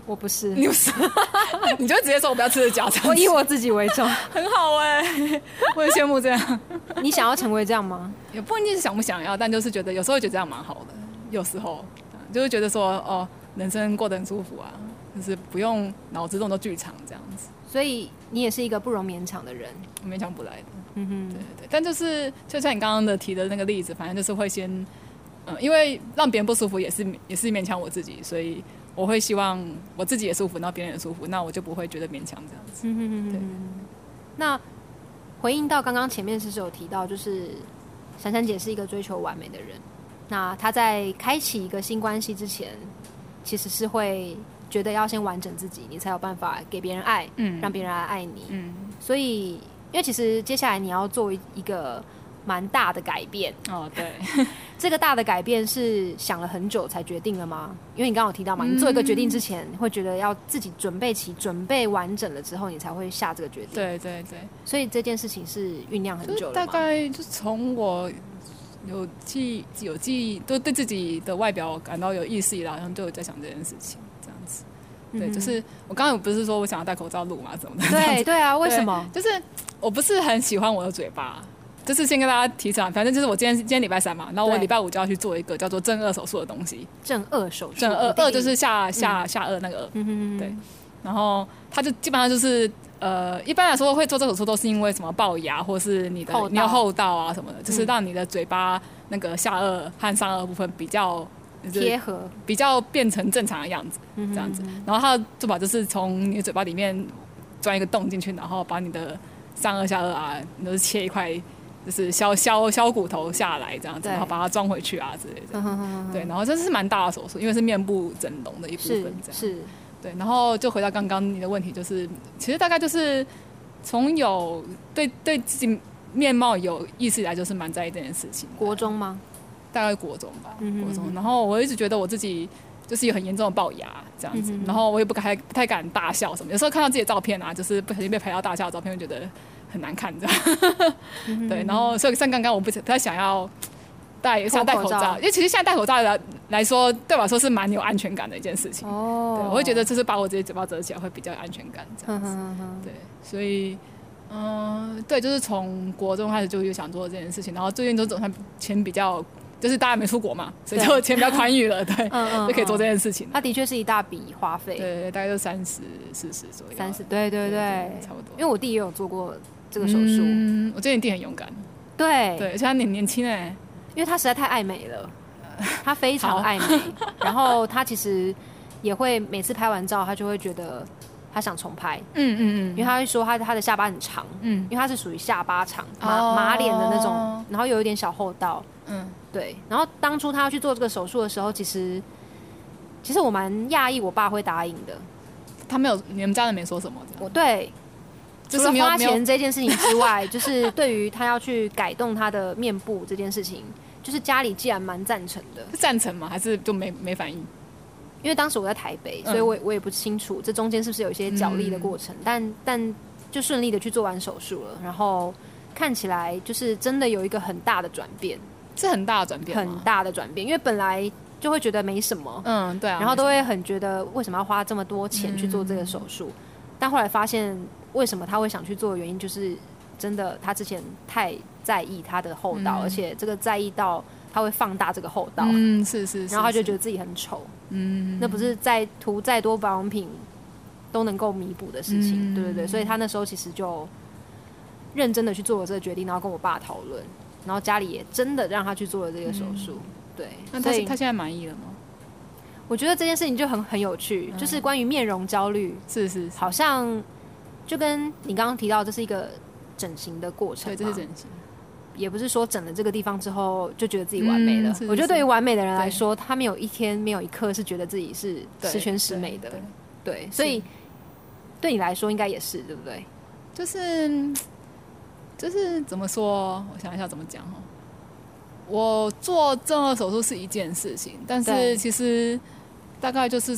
[SPEAKER 1] 我不是，
[SPEAKER 2] 你不是，你就直接说我不要吃的假，
[SPEAKER 1] 我以我自己为重，
[SPEAKER 2] 很好我很羡慕这样。
[SPEAKER 1] 你想要成为这样吗？
[SPEAKER 2] 也不一定是想不想要，但就是觉得有时候会觉得这样蛮好的，有时候就是觉得说哦，人生过得很舒服啊，就是不用脑子这么多剧场这样子。
[SPEAKER 1] 所以你也是一个不容勉强的人，
[SPEAKER 2] 我勉强不来的。对，但就是就像你刚刚提的那个例子，反正就是会先，因为让别人不舒服也是勉强我自己，所以我会希望我自己也舒服，然后别人也舒服，那我就不会觉得勉强这样子。对。
[SPEAKER 1] 那回应到刚刚前面是有提到，就是珊珊姐是一个追求完美的人，那她在开启一个新关系之前，其实是会觉得要先完整自己，你才有办法给别人爱，让别人来爱你。所以因为其实接下来你要做一个蛮大的改变
[SPEAKER 2] 哦，对，
[SPEAKER 1] 这个大的改变是想了很久才决定了吗？因为你刚刚有提到嘛，你做一个决定之前会觉得要自己准备完整了之后，你才会下这个决定。
[SPEAKER 2] 对对对，
[SPEAKER 1] 所以这件事情是酝酿很久了吗？
[SPEAKER 2] 大概就是从我有记忆，都对自己的外表感到有意识以来，好像就有在想这件事情，这样子。对，就是我刚刚有不是说我想要戴口罩录嘛什么的。
[SPEAKER 1] 对对啊，为什么？
[SPEAKER 2] 就是我不是很喜欢我的嘴巴。就是先跟大家提倡，反正就是我今天礼拜3嘛，然后我礼拜5就要去做一个叫做正颚手术的东西。
[SPEAKER 1] 正颚手术，
[SPEAKER 2] 颚就是下颚那个颚。对，然后它就基本上就是一般来说会做这个手术都是因为什么龅牙或是你有后道啊什么的，就是让你的嘴巴那个下颚和上颚部分比较
[SPEAKER 1] 贴合，
[SPEAKER 2] 比较变成正常的样子，这样子。然后它的做法就是从你的嘴巴里面钻一个洞进去，然后把你的上颚下颚啊，都是切一块。就是削骨头下来这样子，然后把它装回去啊之类的。对，然后这是蛮大的手术，因为是面部整容的一部分这样。是。对，然后就回到刚刚你的问题，就是其实大概就是从有对自己面貌有意识以来，就是蛮在意这件事情。
[SPEAKER 1] 国中吗？
[SPEAKER 2] 大概国中吧，国中。然后我一直觉得我自己就是有很严重的龅牙这样子，然后我也不太敢大笑什么。有时候看到自己的照片啊，就是不小心被拍到大笑的照片，会觉得很难看这样。对，然后所以像刚刚我不太想要戴口罩，因为其实现在戴口罩来说，对我来说是蛮有安全感的一件事情。哦，对，我会觉得就是把我自己嘴巴遮起来会比较有安全感这样子。对，所以对，就是从国中开始就有想做这件事情，然后最近就总算钱比较。就是大家没出国嘛，所以就钱比较宽裕了，对，就可以做这件事情。
[SPEAKER 1] 它的确是一大笔花费，
[SPEAKER 2] 对，大概就30-40左右。
[SPEAKER 1] 30，对，差不多。因为我弟也有做过这个手术，
[SPEAKER 2] 我觉得你弟很勇敢，
[SPEAKER 1] 对，
[SPEAKER 2] 而且他年轻哎，
[SPEAKER 1] 因为他实在太爱美了，他非常爱美，然后他其实也会每次拍完照，他就会觉得。他想重拍，因为他会说他的下巴很长，因为他是属于下巴长马脸的那种，然后有一点小厚道，对。然后当初他要去做这个手术的时候，其实我蛮讶异，我爸会答应的。
[SPEAKER 2] 他没有，你们家人没说什么？
[SPEAKER 1] 对，除了花钱这件事情之外，就是对于他要去改动他的面部这件事情，就是家里既然蛮赞成的，
[SPEAKER 2] 是赞成吗？还是就没反应？
[SPEAKER 1] 因为当时我在台北，所以我也不清楚这中间是不是有一些角力的过程，但就顺利的去做完手术了，然后看起来就是真的有一个很大的转变，
[SPEAKER 2] 是很大的转变吗？
[SPEAKER 1] 很大的转变，因为本来就会觉得没什么，
[SPEAKER 2] 对啊，
[SPEAKER 1] 然后都会很觉得为什么要花这么多钱去做这个手术，但后来发现为什么他会想去做的原因，就是真的他之前太在意他的厚道，而且这个在意到他会放大这个厚道，
[SPEAKER 2] 是，
[SPEAKER 1] 然后他就觉得自己很丑，那不是涂再多保养品都能够弥补的事情，对，所以他那时候其实就认真的去做了这个决定，然后跟我爸讨论，然后家里也真的让他去做了这个手术，对。
[SPEAKER 2] 那他现在满意了吗？
[SPEAKER 1] 我觉得这件事情就很有趣，就是关于面容焦虑，
[SPEAKER 2] 是，
[SPEAKER 1] 好像就跟你刚刚提到，这是一个整形的过程，
[SPEAKER 2] 对，这是整形。
[SPEAKER 1] 也不是说整了这个地方之后就觉得自己完美了，我觉得对于完美的人来说，他没有一天没有一刻是觉得自己是十全十美的，对，所以对你来说应该也是，对不对？
[SPEAKER 2] 就是怎么说？我想一下怎么讲哦。我做正颚手术是一件事情，但是其实大概就是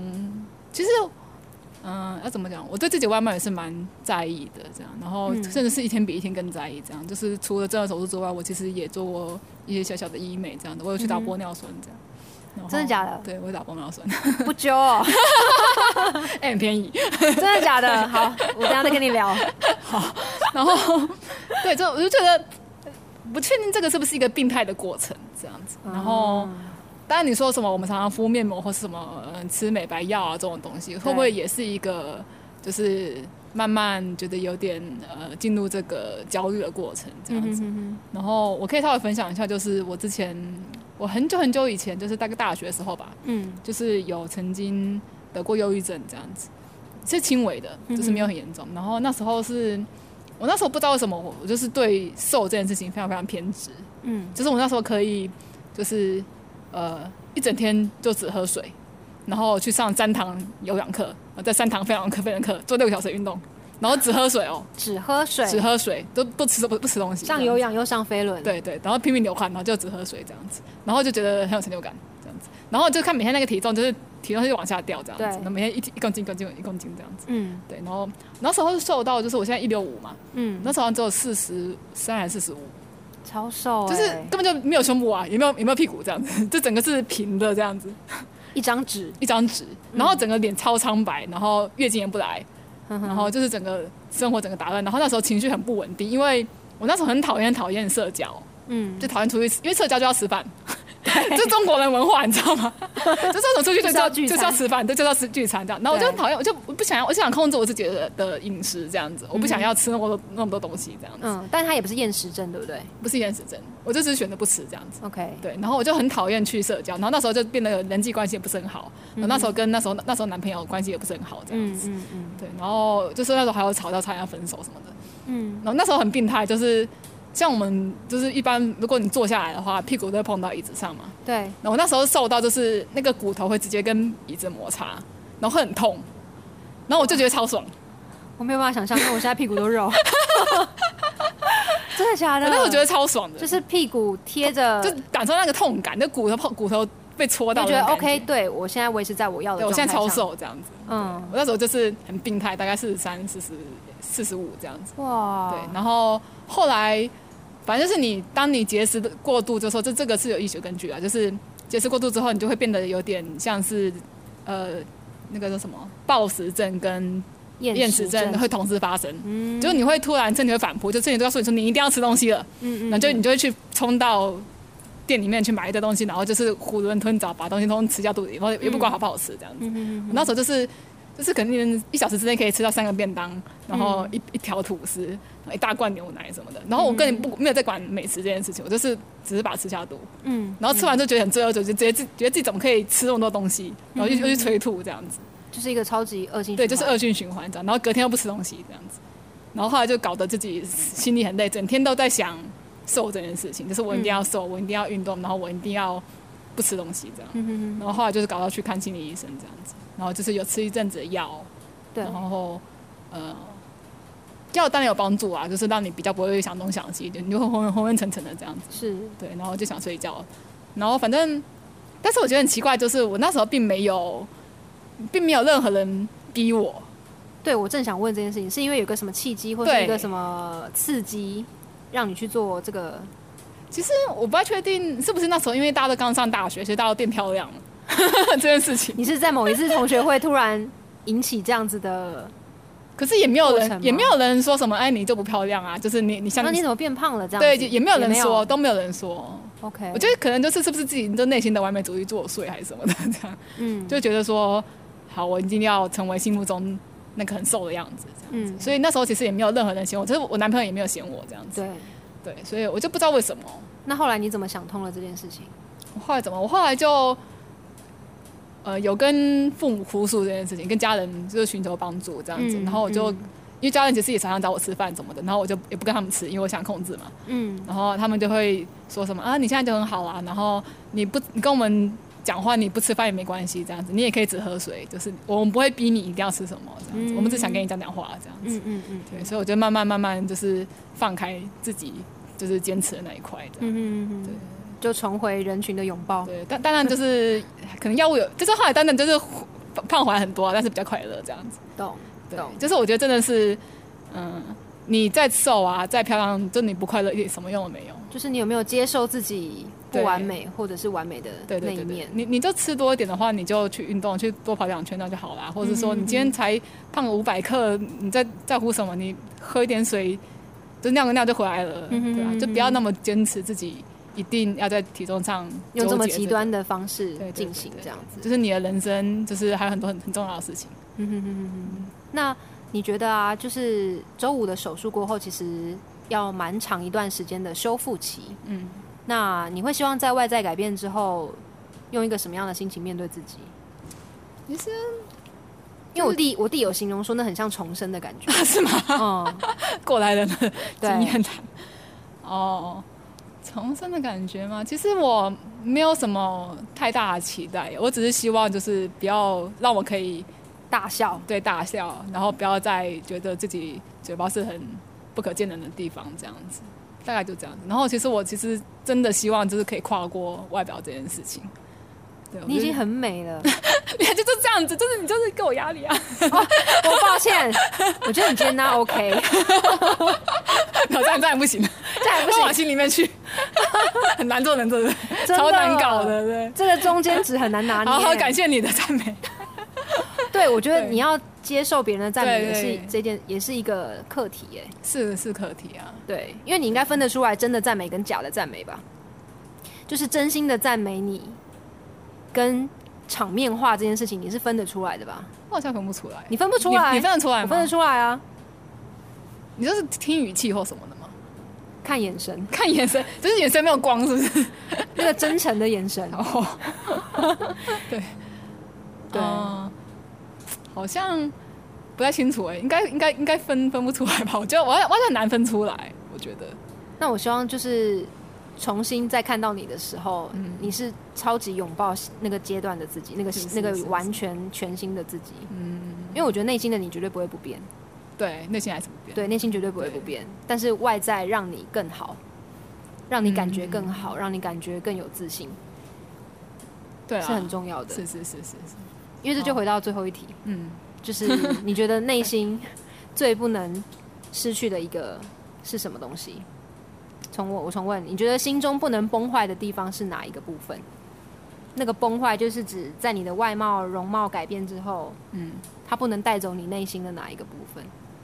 [SPEAKER 2] 要怎么讲？我对自己外貌也是蛮在意的，这样，然后甚至是一天比一天更在意，这样。就是除了正颚手术之外，我其实也做过一些小小的医美，这样的。我有去打玻尿酸，这样。
[SPEAKER 1] 真的假的？
[SPEAKER 2] 对，我会打玻尿酸，
[SPEAKER 1] 不揪哦，
[SPEAKER 2] 很便宜，
[SPEAKER 1] 真的假的？好，我等一下再跟你聊。
[SPEAKER 2] 好，然后对，我就觉得不确定这个是不是一个病态的过程这样子。然后，当然你说什么，我们常常敷面膜或是什么吃美白药啊这种东西，会不会也是一个就是慢慢觉得有点进入这个焦虑的过程这样子？然后我可以稍微分享一下，就是我很久很久以前，就是大概大学的时候吧，就是有曾经得过忧郁症这样子，是轻微的，就是没有很严重。然后我那时候不知道为什么，我就是对瘦这件事情非常非常偏执，就是我那时候可以就是一整天就只喝水，然后去上3堂有氧课，在3堂非常课做6个小时的运动。然后只喝水哦，
[SPEAKER 1] 只喝水，
[SPEAKER 2] 都不吃东西，
[SPEAKER 1] 上有氧又上飞轮，
[SPEAKER 2] 对，然后拼命流汗，然后就只喝水这样子，然后就觉得很有成就感这样子，然后就看每天那个体重，就是体重就往下掉这样子，每天一公斤这样子，对，然后那时候瘦到就是我现在165嘛，那时候好像只有43还是45，
[SPEAKER 1] 超瘦，
[SPEAKER 2] 就是根本就没有胸部啊，也没有屁股这样子，就整个是平的这样子，
[SPEAKER 1] 一张纸，
[SPEAKER 2] 然后整个脸超苍白，然后月经也不来。然后就是整个生活整个打乱，然后那时候情绪很不稳定，因为我那时候很讨厌社交，就讨厌出去，因为社交就要吃饭，这是中国人文化，你知道吗？就是我出去就是要吃饭，就是要吃聚餐这样。然后我就很讨厌，我不想要，我想控制我自己的饮食这样子，我不想要吃那么多东西这样子。
[SPEAKER 1] 但是它也不是厌食症，对不对？
[SPEAKER 2] 不是厌食症，我就只是选择不吃这样子。
[SPEAKER 1] OK，
[SPEAKER 2] 对，然后我就很讨厌去社交，然后那时候就变得人际关系也不是很好，然后那时候跟那时候男朋友关系也不是很好这样子。对，然后就是那时候还有吵到差点要分手什么的。然后那时候很病态，就是像我们就是一般，如果你坐下来的话，屁股都会碰到椅子上嘛。
[SPEAKER 1] 对。
[SPEAKER 2] 然后我那时候瘦到就是那个骨头会直接跟椅子摩擦，然后会很痛，然后我就觉得超爽。
[SPEAKER 1] 我没有办法想象，因为我现在屁股都肉。真的假的？
[SPEAKER 2] 我那时候觉得超爽的，
[SPEAKER 1] 就是屁股贴着，
[SPEAKER 2] 就感受那个痛感，那骨头被戳到，
[SPEAKER 1] 就觉得 OK， 对我现在维持在我要的状态上。
[SPEAKER 2] 对，我现在超瘦这样子。我那时候就是很病态，大概43、45这样子。哇。对，然后后来，反正就是当你节食的过度，就说这个是有医学根据啊，就是节食过度之后，你就会变得有点像是那个叫什么暴食症跟厌食症会同时发生，就是你会突然身体会反扑，就身体都要说你一定要吃东西了，然后你就会去冲到店里面去买一堆东西，然后就是囫囵吞枣把东西都吃下肚子里，然后也不管好不好吃这样子。我那时候就是可能1小时之内可以吃到3个便当，然后一条吐司，一大罐牛奶什么的，然后我根本没有在管美食这件事情，我就是只是把它吃下肚，然后吃完就觉得很罪恶，就直接觉得自己怎么可以吃那么多东西，然后又去催吐这样子。
[SPEAKER 1] 就是一个超级恶性循环，
[SPEAKER 2] 对，就是恶性循环这样，然后隔天又不吃东西这样子，然后后来就搞得自己心里很累，整天都在想瘦这件事情，就是我一定要瘦，我一定要运动，然后我一定要不吃东西这样，然后后来就是搞到去看心理医生这样子，然后就是有吃一阵子的药，对，然后药当然有帮助啊，就是让你比较不会想东想西，你就会昏昏沉沉的这样子，
[SPEAKER 1] 是
[SPEAKER 2] 对，然后就想睡觉，然后反正，但是我觉得很奇怪，就是我那时候并没有任何人逼我。
[SPEAKER 1] 对，我正想问这件事情，是因为有个什么契机，或是一个什么刺激，让你去做这个？
[SPEAKER 2] 其实我不太确定是不是那时候，因为大家都刚上大学，所以大家都变漂亮了这件事情。
[SPEAKER 1] 你是在某一次同学会突然引起这样子的？
[SPEAKER 2] 可是也没有人说什么，哎，你就不漂亮啊，就是你像
[SPEAKER 1] 那你怎么变胖了这样子？
[SPEAKER 2] 对，也没有人说，都没有人说。
[SPEAKER 1] OK，
[SPEAKER 2] 我觉得可能就是不是自己的内心的完美主义作祟还是什么的这样，就觉得说。好，我一定要成为心目中那个很瘦的样子，这样子。所以那时候其实也没有任何人嫌我，就是我男朋友也没有嫌我这样子。对，所以我就不知道为什么。
[SPEAKER 1] 那后来你怎么想通了这件事情？
[SPEAKER 2] 我后来就有跟父母哭诉这件事情，跟家人就是寻求帮助这样子。然后我就因为家人其实也常常找我吃饭什么的，然后我就也不跟他们吃，因为我想控制嘛。然后他们就会说什么啊，你现在就很好啦，然后你跟我们讲话你不吃饭也没关系，这样子你也可以只喝水，就是我们不会逼你一定要吃什么这样子，我们只想跟你讲话这样子。对，所以我就慢慢就是放开自己，就是坚持的那一块的。对，
[SPEAKER 1] 就重回人群的拥抱。
[SPEAKER 2] 对，但当然就是可能药物有，就是后来当然就是胖回来很多，但是比较快乐这样子。
[SPEAKER 1] 懂。
[SPEAKER 2] 对，就是我觉得真的是， 你再瘦啊，再漂亮，就你不快乐一点，什么用都没有。
[SPEAKER 1] 就是你有没有接受自己不完美或者是完美的那一面？
[SPEAKER 2] 你就吃多一点的话，你就去运动，去多跑2圈那就好啦。或者说你今天才胖了500克，你在乎什么？你喝一点水，就尿个尿就回来了，对啊，就不要那么坚持自己一定要在体重上
[SPEAKER 1] 用这么极端的方式进行，这样子。
[SPEAKER 2] 就是你的人生，就是还有很多很重要的事情。
[SPEAKER 1] 那你觉得啊，就是周5的手术过后，其实要蛮长一段时间的修复期。那你会希望在外在改变之后，用一个什么样的心情面对自己？
[SPEAKER 2] 其实，
[SPEAKER 1] 因为我弟有形容说，那很像重生的感觉，
[SPEAKER 2] 是吗？过来人的经验谈。哦，重生的感觉吗？其实我没有什么太大的期待，我只是希望就是不要让我可以
[SPEAKER 1] 大笑，
[SPEAKER 2] 对，大笑，然后不要再觉得自己嘴巴是很不可见人的地方，这样子，大概就这样子。然后我其实真的希望就是可以跨过外表这件事情。对，
[SPEAKER 1] 你已经很美了，
[SPEAKER 2] 你看就是这样子，就是你就是给我压力啊！
[SPEAKER 1] 我抱歉，我觉得你今天那 OK，
[SPEAKER 2] 这样不行，
[SPEAKER 1] 这样不行，
[SPEAKER 2] 往心里面去，很难做人，真的超难搞的，对，
[SPEAKER 1] 这个中间值很难拿捏。
[SPEAKER 2] 好，感谢你的赞美。
[SPEAKER 1] 对，我觉得你要接受别人的赞美也是一个课题耶，
[SPEAKER 2] 是课题啊。
[SPEAKER 1] 对，因为你应该分得出来真的赞美跟假的赞美吧？就是真心的赞美你，跟场面话这件事情，你是分得出来的吧？
[SPEAKER 2] 我好像分不出来。
[SPEAKER 1] 你分不出来？
[SPEAKER 2] 你分得出来吗？
[SPEAKER 1] 我分得出来啊。
[SPEAKER 2] 你就是听语气或什么的吗？
[SPEAKER 1] 看眼神，
[SPEAKER 2] 看眼神，就是眼神没有光，是不是？
[SPEAKER 1] 那个真诚的眼神。
[SPEAKER 2] 对。好像不太清楚哎，应该分不出来吧？我觉得完全很难分出来，我觉得。
[SPEAKER 1] 那我希望就是重新再看到你的时候，你是超级拥抱那个阶段的自己，那个完全全新的自己。因为我觉得内心的你绝对不会不变。
[SPEAKER 2] 对，内心还是不变。
[SPEAKER 1] 对，内心绝对不会不变，但是外在让你更好，让你感觉更好，让你感觉更有自信。
[SPEAKER 2] 对啊，
[SPEAKER 1] 是很重要的。
[SPEAKER 2] 是。
[SPEAKER 1] 因为这就回到最后一题，就是你觉得内心最不能失去的一个是什么东西？我重问，你觉得心中不能崩坏的地方是哪一个部分？那个崩坏就是指在你的外貌容貌改变之后，它不能带走你内心的哪一个部分？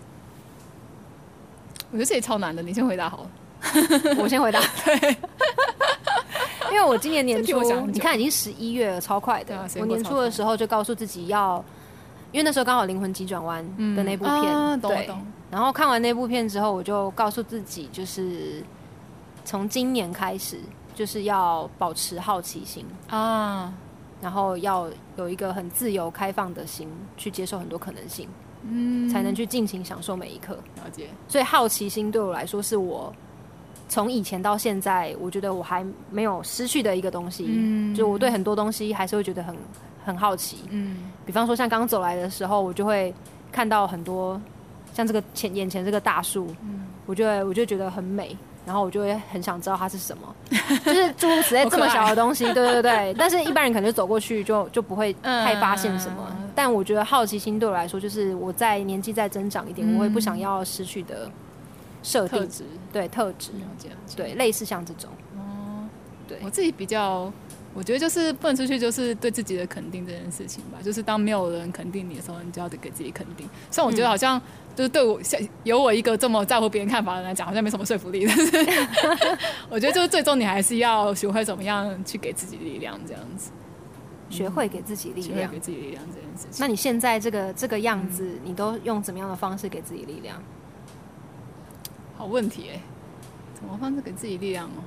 [SPEAKER 2] 我觉得这也超难的，你先回答好了。
[SPEAKER 1] 我先回答。对。因为我今年年初，你看已经11月了，超快的。我年初的时候就告诉自己要，因为那时候刚好《灵魂急转弯》的那部片，对。然后看完那部片之后，我就告诉自己，就是从今年开始，就是要保持好奇心啊，然后要有一个很自由开放的心，去接受很多可能性，才能去尽情享受每一刻。
[SPEAKER 2] 了解。所
[SPEAKER 1] 以好奇心对我来说，是我从以前到现在，我觉得我还没有失去的一个东西。就我对很多东西还是会觉得很好奇。比方说像刚走来的时候，我就会看到很多像这个眼前这个大树，我就觉得很美，然后我就会很想知道它是什么，就是诸如此类这么小的东西，对。但是一般人可能就走过去就不会太发现什么。但我觉得好奇心对我来说，就是我在年纪再增长一点，我会不想要失去的设定特质，对，类似像这种。对，
[SPEAKER 2] 我自己比较，我觉得就是不能失去，就是对自己的肯定这件事情吧。就是当没有人肯定你的时候，你就要给自己肯定。虽然我觉得好像就是对我有我一个这么在乎别人看法的人来讲，好像没什么说服力，但是我觉得就是最终你还是要学会怎么样去给自己力量，这样子。
[SPEAKER 1] 学会给自己力量，
[SPEAKER 2] 给自己力量这件事情。
[SPEAKER 1] 那你现在这个样子，你都用怎么样的方式给自己力量？
[SPEAKER 2] 好问题耶，怎么方式给自己力量哦？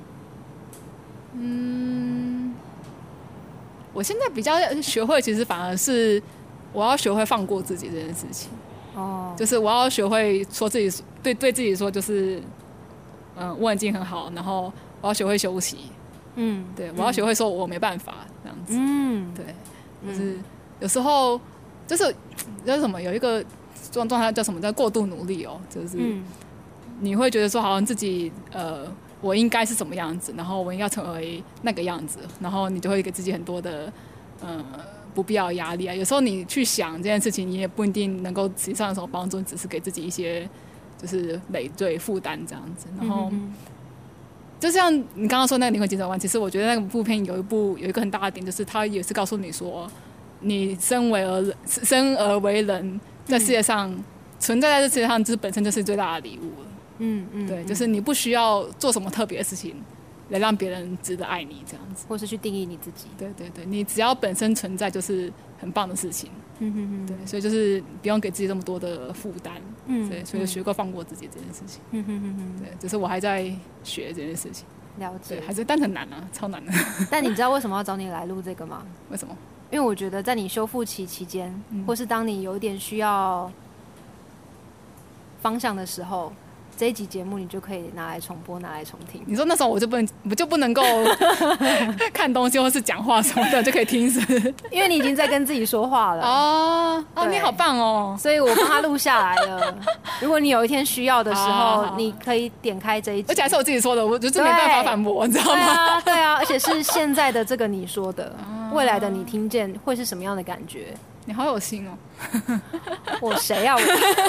[SPEAKER 2] 我现在比较学会，其实反而是我要学会放过自己这件事情。就是我要学会说自己对自己说，就是我已经很好，然后我要学会休息。对，我要学会说我没办法这样子。对，就是有时候就是叫什么，有一个状态叫什么，叫过度努力哦，就是你会觉得说好像自己我应该是什么样子，然后我应该成为那个样子，然后你就会给自己很多的不必要的压力啊。有时候你去想这件事情，你也不一定能够实际上有什么帮助，只是给自己一些就是累赘负担这样子。然后就像你刚刚说那个灵魂急转弯，其实我觉得那个部片有一个很大的点，就是它也是告诉你说，你生而为人，在世界上存在这世界上，就是本身就是最大的礼物了。对，就是你不需要做什么特别的事情来让别人值得爱你这样子，
[SPEAKER 1] 或是去定义你自己。
[SPEAKER 2] 对对对，你只要本身存在就是很棒的事情。对，所以就是不用给自己这么多的负担。对，所以学过放过自己这件事情。对，只是我还在学这件事情。
[SPEAKER 1] 了解，
[SPEAKER 2] 对，还是但很难啊，超难的。
[SPEAKER 1] 但你知道为什么要找你来录这个吗？
[SPEAKER 2] 为什么？
[SPEAKER 1] 因为我觉得在你修复期间，或是当你有一点需要方向的时候，这一集节目你就可以拿来重播，拿来重听。
[SPEAKER 2] 你说那时候我就不能够看东西或是讲话什么的就可以听，是不是？
[SPEAKER 1] 因为你已经在跟自己说话了。
[SPEAKER 2] 哦，你好棒哦！
[SPEAKER 1] 所以我帮他录下来了。如果你有一天需要的时候，你可以点开这一集，
[SPEAKER 2] 而且还是我自己说的，我就是没办法反驳，你知道吗？
[SPEAKER 1] 对啊，而且是现在的这个你说的，未来的你听见会是什么样的感觉？
[SPEAKER 2] 你好有心哦！
[SPEAKER 1] 我谁啊？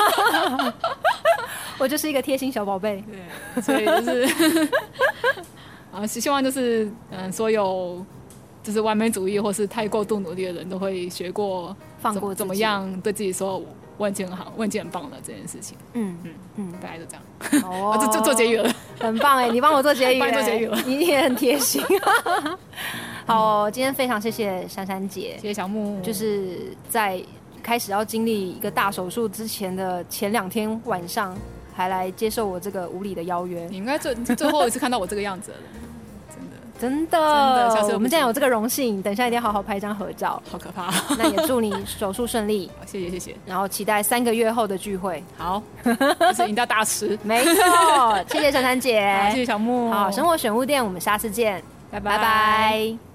[SPEAKER 1] 我就是一个贴心小宝贝。
[SPEAKER 2] 对，所以就是希望就是所有就是完美主义或是太过度努力的人都会学过
[SPEAKER 1] 放过
[SPEAKER 2] 怎么样对自己说我已经很好，我已经很棒了这件事情。大概就这样。哦，就做结语了，
[SPEAKER 1] 很棒哎！你帮我做结语，
[SPEAKER 2] 帮你做结语了，
[SPEAKER 1] 你也很贴心。好，今天非常谢谢珊珊姐，
[SPEAKER 2] 谢谢小木，
[SPEAKER 1] 就是在开始要经历一个大手术之前的前2天晚上，还来接受我这个无理的邀约。
[SPEAKER 2] 你应该最后一次看到我这个样子了。
[SPEAKER 1] 真的，我们现在有这个荣幸，等一下一定要好好拍一张合照。
[SPEAKER 2] 好可怕！
[SPEAKER 1] 那也祝你手术顺利，
[SPEAKER 2] 谢谢。
[SPEAKER 1] 然后期待3个月后的聚会。
[SPEAKER 2] 好，就是饮料大吃。
[SPEAKER 1] 没错，谢谢珊珊姐，
[SPEAKER 2] 谢谢小木。
[SPEAKER 1] 好，生活选物店，我们下次见，拜拜。